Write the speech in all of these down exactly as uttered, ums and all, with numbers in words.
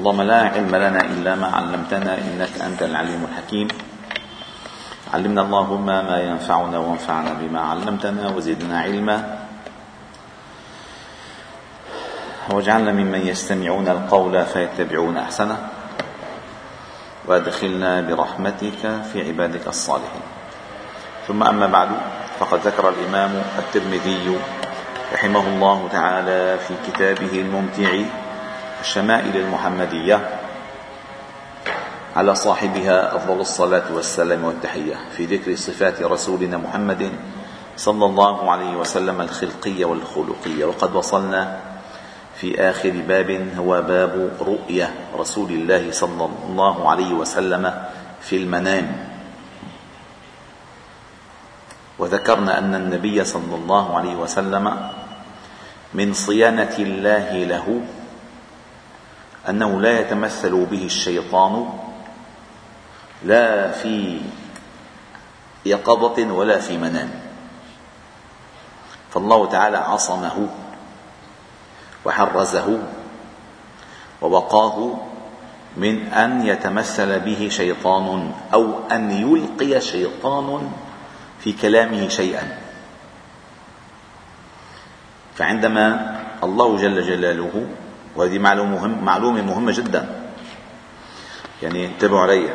اللهم لا علم لنا إلا ما علمتنا إنك أنت العليم الحكيم. علمنا اللهم ما ينفعنا وانفعنا بما علمتنا وزدنا علما، واجعلنا ممن يستمعون القول فيتبعون أحسنه، وادخلنا برحمتك في عبادك الصالحين. ثم أما بعد، فقد ذكر الإمام الترمذي رحمه الله تعالى في كتابه الممتع الشمائل المحمدية على صاحبها أفضل الصلاة والسلام والتحية في ذكر صفات رسولنا محمد صلى الله عليه وسلم الخلقية والخلقية. وقد وصلنا في آخر باب هو باب رؤية رسول الله صلى الله عليه وسلم في المنام، وذكرنا أن النبي صلى الله عليه وسلم من صيانة الله له أنه لا يتمثل به الشيطان لا في يقظة ولا في منام، فالله تعالى عصمه وحرزه ووقاه من أن يتمثل به شيطان أو أن يلقي شيطان في كلامه شيئا. فعندما الله جل جلاله، وهذه معلومة مهمة, معلومة مهمة جدا، يعني انتبهوا علي،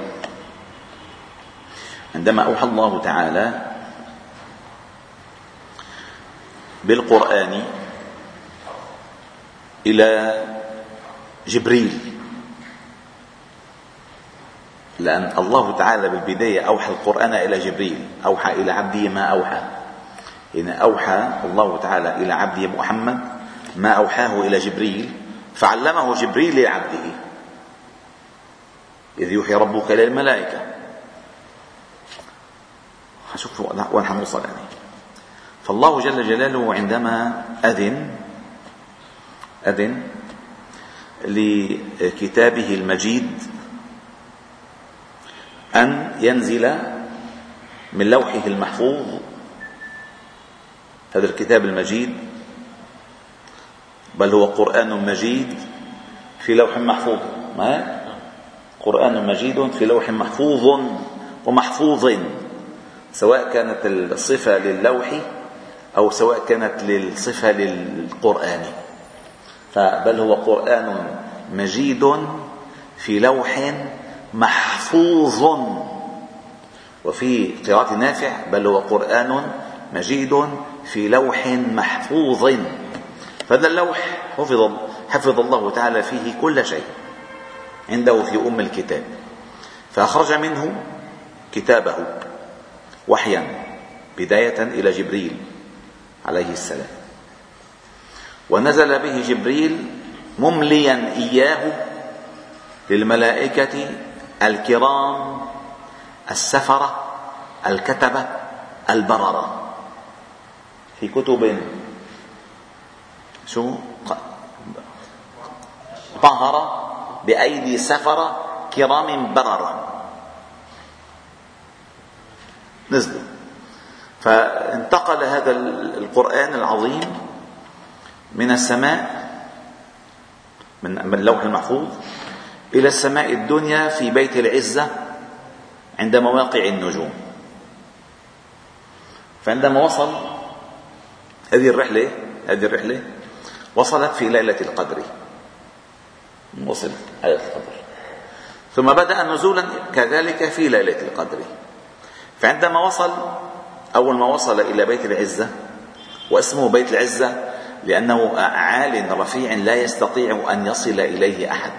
عندما أوحى الله تعالى بالقرآن إلى جبريل، لأن الله تعالى بالبداية أوحى القرآن إلى جبريل، أوحى إلى عبده ما أوحى، يعني أوحى الله تعالى إلى عبده محمد ما أوحاه إلى جبريل، فعلمه جبريل لعبده إذ يوحي ربك للملائكة. هشوف وين حنوصل يعني. فالله جل جلاله عندما أذن أذن لكتابه المجيد أن ينزل من لوحه المحفوظ، هذا الكتاب المجيد بل هو قرآن مجيد في لوح محفوظ، ما قرآن مجيد في لوح محفوظ ومحفوظ، سواء كانت الصفة للوح أو سواء كانت الصفة للقرآن، فبل هو قرآن مجيد في لوح محفوظ. وفي قراءة نافع بل هو قرآن مجيد في لوح محفوظ. فهذا اللوح حفظ, حفظ الله تعالى فيه كل شيء عنده في أم الكتاب، فأخرج منه كتابه وحيا بداية إلى جبريل عليه السلام، ونزل به جبريل ممليا إياه للملائكة الكرام السفرة الكتبة البررة في كتب شو طهر بأيدي سفرة كرام بررة نزلوا. فانتقل هذا القرآن العظيم من السماء من اللوح المحفوظ إلى السماء الدنيا في بيت العزة عند مواقع النجوم. فعندما وصل هذه الرحلة هذه الرحلة وصلت في ليلة القدر، وصل ليلة القدر، ثم بدأ نزولا كذلك في ليلة القدر. فعندما وصل أول ما وصل إلى بيت العزة، واسمه بيت العزة لأنه عال رفيع لا يستطيع أن يصل إليه أحد،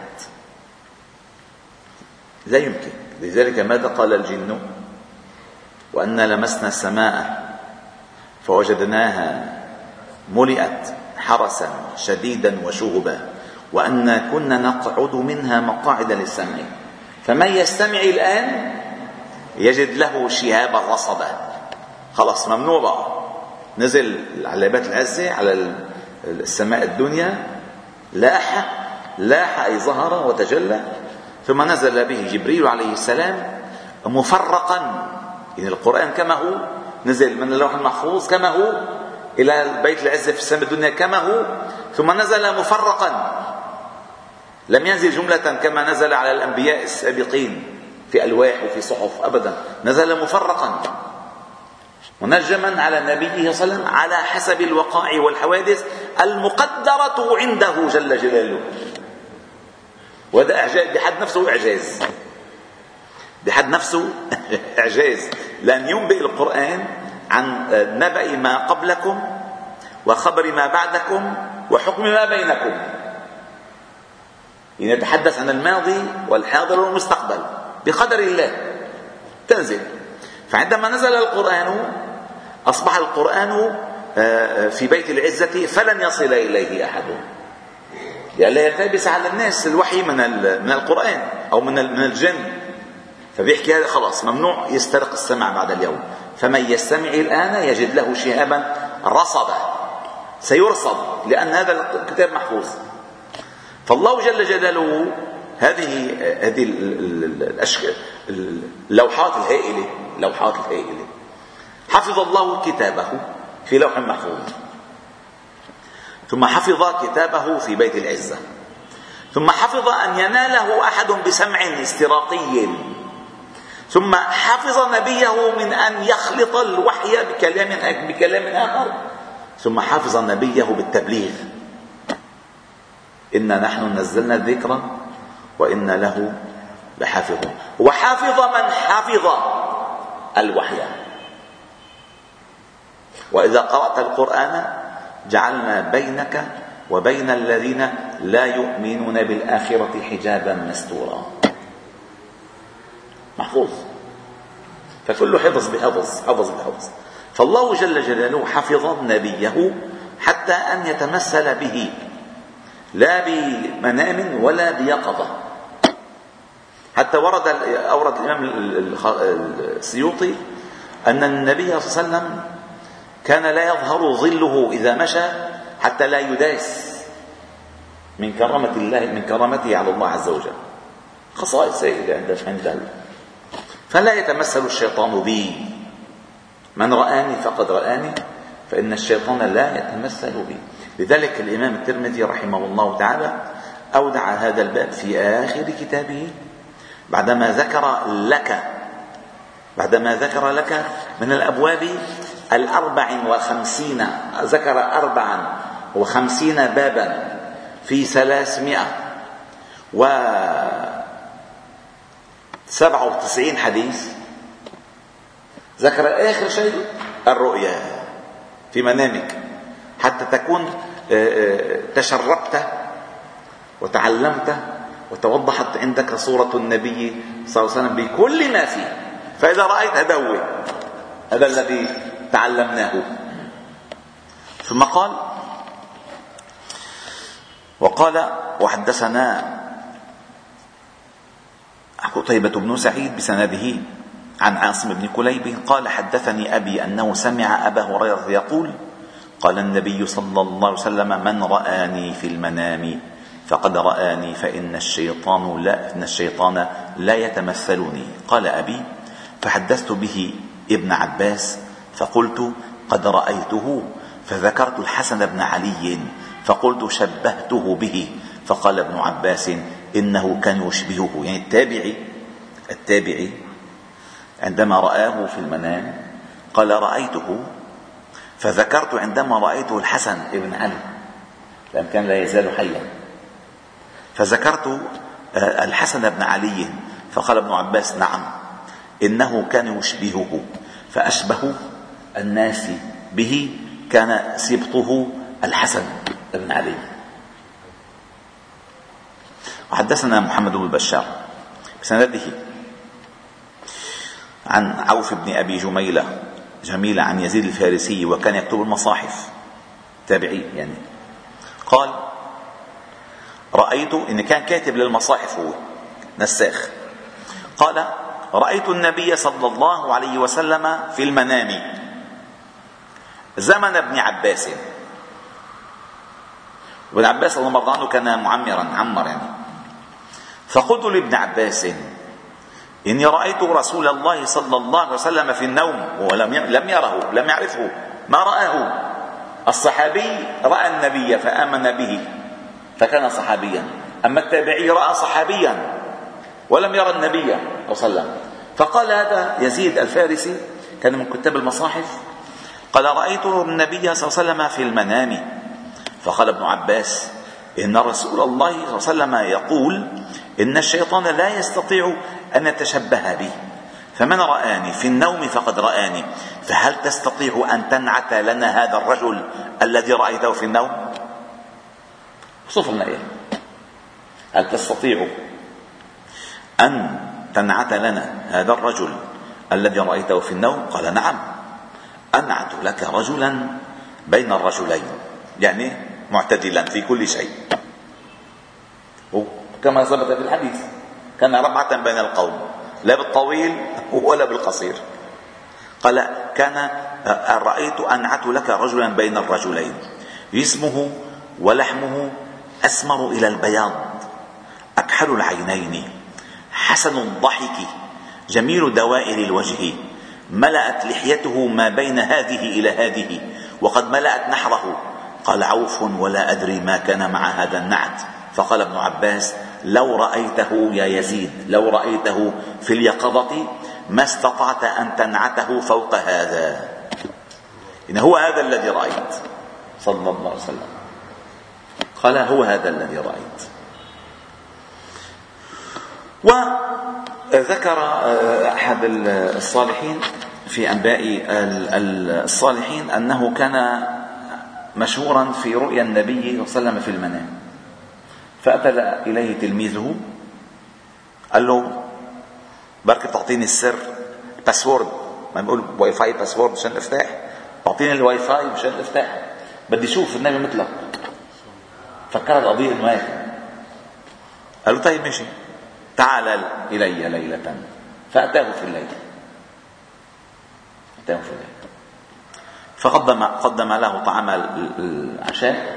لا يمكن. لذلك ماذا قال الجن؟ وأنا لمسنا السماء فوجدناها ملئت حرسا شديدا وشهبا وأنا كنا نقعد منها مقاعد للسمع فمن يستمع الآن يجد له شهابا رصدا. خلاص ممنوع بقى، نزل على بيت العزة على السماء الدنيا، لاح لاح أي ظهر وتجلى، ثم نزل به جبريل عليه السلام مفرقا، يعني القرآن كما هو نزل من اللوح المحفوظ كما هو إلى بيت العزة في السماء الدنيا كما هو، ثم نزل مفرقا لم ينزل جملة كما نزل على الأنبياء السابقين في ألواح وفي صحف، أبدا، نزل مفرقا منجما على النبي صلى الله عليه وسلم على حسب الوقائع والحوادث المقدرة عنده جل جلاله. وهذا إعجاز بحد نفسه، إعجاز بحد نفسه إعجاز، لأن ينبئ القرآن عن نبأ ما قبلكم وخبر ما بعدكم وحكم ما بينكم، يتحدث عن الماضي والحاضر والمستقبل بقدر الله تنزل. فعندما نزل القرآن أصبح القرآن في بيت العزة فلن يصل إليه أحد، لئلا يلتبس على الناس الوحي من من القرآن أو من من الجن. فبيحكي هذا خلاص ممنوع يسترق السمع بعد اليوم، فمن يستمع الآن يجد له شهابا رصدا، سيرصد لأن هذا الكتاب محفوظ. فالله جل جلاله هذه هذه الأشكال اللوحات الهائلة اللوحات الهائلة حفظ الله كتابه في لوح محفوظ، ثم حفظ كتابه في بيت العزة، ثم حفظ أن يناله أحد بسمع استراقي، ثم حفظ نبيه من أن يخلط الوحي بكلام بكلام آخر، ثم حفظ نبيه بالتبليغ. إنا نحن نزلنا الذكر وإنا له لحافظون. وحافظ من حفظ الوحي. وإذا قرأت القرآن جعلنا بينك وبين الذين لا يؤمنون بالآخرة حجابا مستورا. محفوظ، فكله حفظ بحفظ حفظ بحفظ. فالله جل جلاله حفظ نبيه حتى أن يتمثل به لا بمنام ولا بيقظة. حتى ورد أورد الإمام السيوطي أن النبي صلى الله عليه وسلم كان لا يظهر ظله إذا مشى حتى لا يداس من كرامة الله من كرامته على الله عز وجل، خصائص عنده عنده فلا يتمثل الشيطان بي، من رآني فقد رآني، فإن الشيطان لا يتمثل بي. لذلك الإمام الترمذي رحمه الله تعالى أودع هذا الباب في آخر كتابه بعدما ذكر لك بعدما ذكر لك من الأبواب الأربع وخمسين، ذكر أربعا وخمسين بابا في ثلاثمائة وسبعة وتسعين حديث. ذكر آخر شيء الرؤيا في منامك حتى تكون تشربت وتعلمت وتوضحت عندك صورة النبي صلى الله عليه وسلم بكل ما فيه. فإذا رأيت هذا هو هذا الذي تعلمناه. ثم قال وقال وحدثنا قتيبة بن سعيد بسنده عن عاصم بن كليب قال حدثني أبي أنه سمع أبا هريرة يقول قال النبي صلى الله عليه وسلم من رآني في المنام فقد رآني فإن الشيطان لا, إن الشيطان لا يتمثلني. قال أبي فحدثت به ابن عباس فقلت قد رأيته، فذكرت الحسن بن علي فقلت شبهته به، فقال ابن عباس إنه كان يشبهه، يعني التابعي التابعي عندما رآه في المنام قال رأيته، فذكرت عندما رأيته الحسن بن علي لأن كان لا يزال حيا، فذكرت الحسن بن علي فقال ابن عباس نعم إنه كان يشبهه، فأشبه الناس به كان سبطه الحسن بن علي. وحدثنا محمد بن بشار بسنده عن عوف بن أبي جميلة جميلة عن يزيد الفارسي وكان يكتب المصاحف تابعي يعني. قال رأيت إن كان كاتب للمصاحف هو نساخ. قال رأيت النبي صلى الله عليه وسلم في المنام زمن ابن عباس. وابن عباس الله مرضى عنه كان معمرا عمر يعني. فقلت لابن عباس إني رأيت رسول الله صلى الله عليه وسلم في النوم ولم لم يره لم يعرفه ما رآه. الصحابي رأى النبي فآمن به فكان صحابيا، أما التابعي رأى صحابيا ولم يرى النبي صلى الله عليه وسلم، فقال هذا يزيد الفارسي كان من كتاب المصاحف، قال رأيت النبي صلى الله عليه وسلم في المنام. فقال ابن عباس إن رسول الله صلى الله عليه وسلم يقول إن الشيطان لا يستطيع أن يتشبه بي، فمن رآني في النوم فقد رآني، فهل تستطيع أن تنعت لنا هذا الرجل الذي رأيته في النوم؟ صف لنا إيه؟ هل تستطيع أن تنعت لنا هذا الرجل الذي رأيته في النوم؟ قال نعم، أنعت لك رجلا بين الرجلين، يعني معتدلا في كل شيء، وكما ثبت في الحديث كان ربعة بين القوم، لا بالطويل ولا بالقصير. قال كان رأيت أنعت لك رجلا بين الرجلين، جسمه ولحمه أسمر إلى البياض، أكحل العينين، حسن الضحك، جميل دوائر الوجه، ملأت لحيته ما بين هذه إلى هذه وقد ملأت نحره. قال عوف ولا أدري ما كان مع هذا النعت. فقال ابن عباس لو رأيته يا يزيد، لو رأيته في اليقظة ما استطعت أن تنعته فوق هذا. إن هو هذا الذي رأيت صلى الله عليه وسلم. قال هو هذا الذي رأيت. وذكر أحد الصالحين في أنباء الصالحين أنه كان مشهورا في رؤيا النبي صلى الله عليه وسلم في المنام، فأتى إليه تلميذه قال له بركة تعطيني السر باسورد، ما بيقول واي فاي باسورد مشان الافتاح، تعطيني الواي فاي مشان الافتاح، بدي اشوف النبي مثلك. فكر القضية انه هيك، قال له طيب ماشي، تعال إلي ليلة. فأتاه في الليل، أتاه في الليل فقدم قدم له طعام العشاء،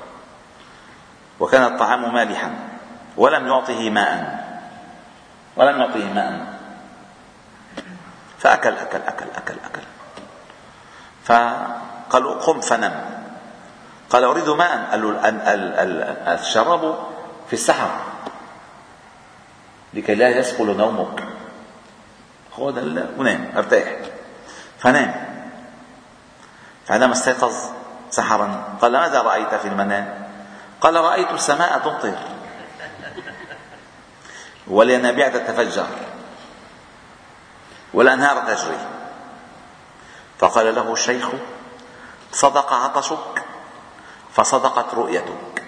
وكان الطعام مالحا ولم يعطه ماء ولم يعطه ماء فأكل أكل أكل أكل أكل فقالوا قم فنم. قال أريد ماء. قال له الشراب في السحر لكي لا يثقل نومك، خذ ونام ارتاح. فنام. فعندما استيقظ سحرا قال ماذا رأيت في المنام؟ قال رأيت السماء تمطر والينابيع تتفجر والأنهار تجري. فقال له الشيخ صدق عطشك فصدقت رؤيتك،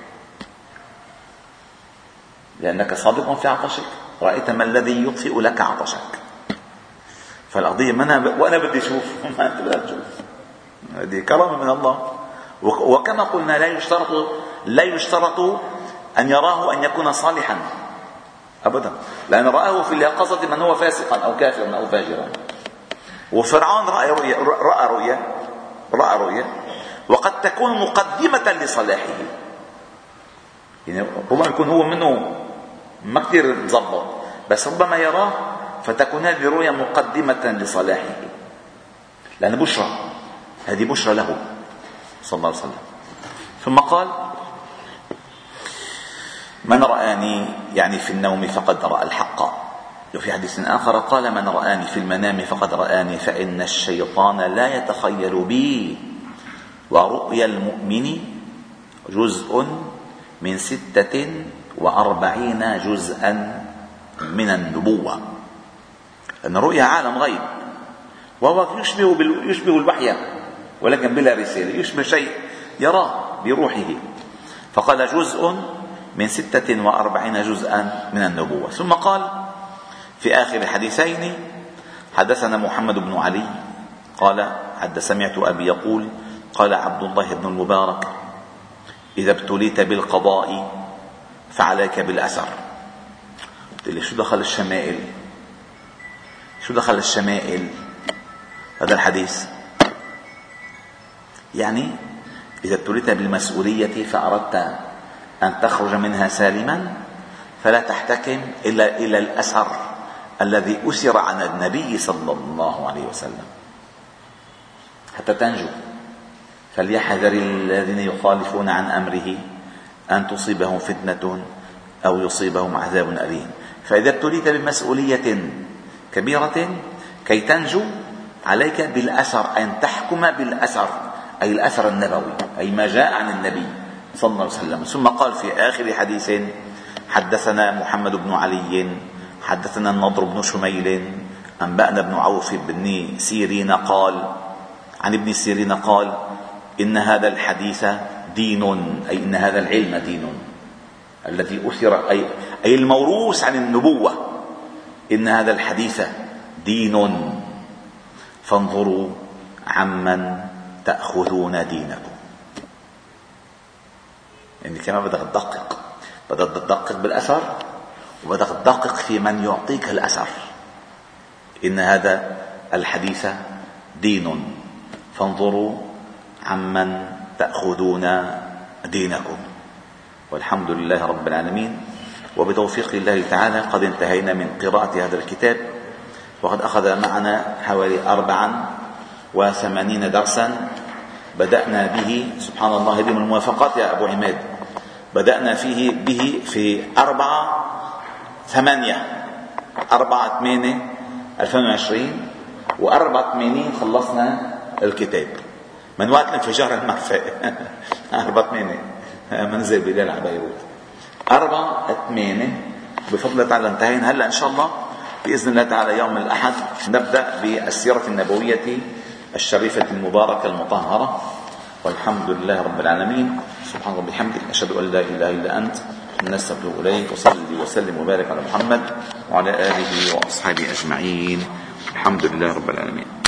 لأنك صادق في عطشك، رأيت ما الذي يطفئ لك عطشك. فالقضية ما أنا وأنا بدي أشوف ما أنت بدك تشوف، هذه كرامة من الله. وكما قلنا لا يشترط لا يشترط أن يراه أن يكون صالحا أبدا، لأن رآه في اليقظة من هو فاسقا أو كافرا أو فاجرا. وفرعون رأى رؤيا رأى رؤيا رأى رؤيا وقد تكون مقدمة لصلاحه، يعني ربما يكون هو منه ما كثير مضبط، بس ربما يراه فتكون هذه الرؤيا مقدمة لصلاحه، لأن بشرى، هذه بشرى له صلى الله عليه وسلم. ثم قال من رآني يعني في النوم فقد رأى الحق. وفي حديث آخر قال من رآني في المنام فقد رآني، فإن الشيطان لا يتخيل بي. ورؤيا المؤمن جزء من ستة وأربعين جزءا من النبوة، أن رؤيا عالم غيب، وهو يشبه, يشبه الوحي ولكن بلا رسالة، يشبه شيء يراه بروحه. فقال جزء من ستة وأربعين جزءا من النبوة. ثم قال في آخر الحديثين حدثنا محمد بن علي قال حد سمعت أبي يقول قال عبد الله بن المبارك إذا ابتليت بالقضاء فعليك بالأثر. قلت لي شو دخل الشمائل شو دخل الشمائل هذا الحديث؟ يعني إذا ابتليت بالمسؤولية فأردت أن تخرج منها سالما فلا تحتكم إلا إلى الأثر الذي أسر عن النبي صلى الله عليه وسلم حتى تنجو. فليحذر الذين يخالفون عن أمره أن تصيبهم فتنة أو يصيبهم عذاب أليم. فإذا ابتليت بمسؤولية كبيرة كي تنجو عليك بالأثر، أن تحكم بالأثر، أي الأثر النبوي، أي ما جاء عن النبي صلى الله عليه وسلم. ثم قال في آخر حديث: حدثنا محمد بن علي حدثنا النضر بن شميل أنبأنا بن عوف بن سيرين قال عن ابن سيرين قال: إن هذا الحديث دين، أي إن هذا العلم دين الذي أثر، أي, أي الموروث عن النبوة. إن هذا الحديث دين فانظروا عمن تأخذون دينكم. يعني كمان بدك تدقق، بدك تدقق بالأثر، وبدك تدقق في من يعطيك الأثر. إن هذا الحديث دين فانظروا عمن تأخذون دينكم. والحمد لله رب العالمين، وبتوفيق الله تعالى قد انتهينا من قراءة هذا الكتاب، وقد أخذ معنا حوالي أربعا وثمانين درسا. بدأنا به سبحان الله، هذه من الموافقات يا أبو عماد، بدأنا فيه به في أربعة ثمانية أربعة ثمانية ألفين وعشرين، وأربعة ثمانين خلصنا الكتاب من وقت انفجار المخفى. أربعة ثمانية منزل بلال على بيروت، أربعة ثمانية بفضل الله تعالى انتهينا. هلأ إن شاء الله بإذن الله تعالى يوم الأحد نبدأ بالسيرة النبوية الشريفة المباركة المطهرة. والحمد لله رب العالمين. سبحان ربي بحمدك، أشهد أن لا إله إلا أنت، نستغفرك إليك. وصلي وسلم وبارك على محمد وعلى آله وأصحابه أجمعين. الحمد لله رب العالمين.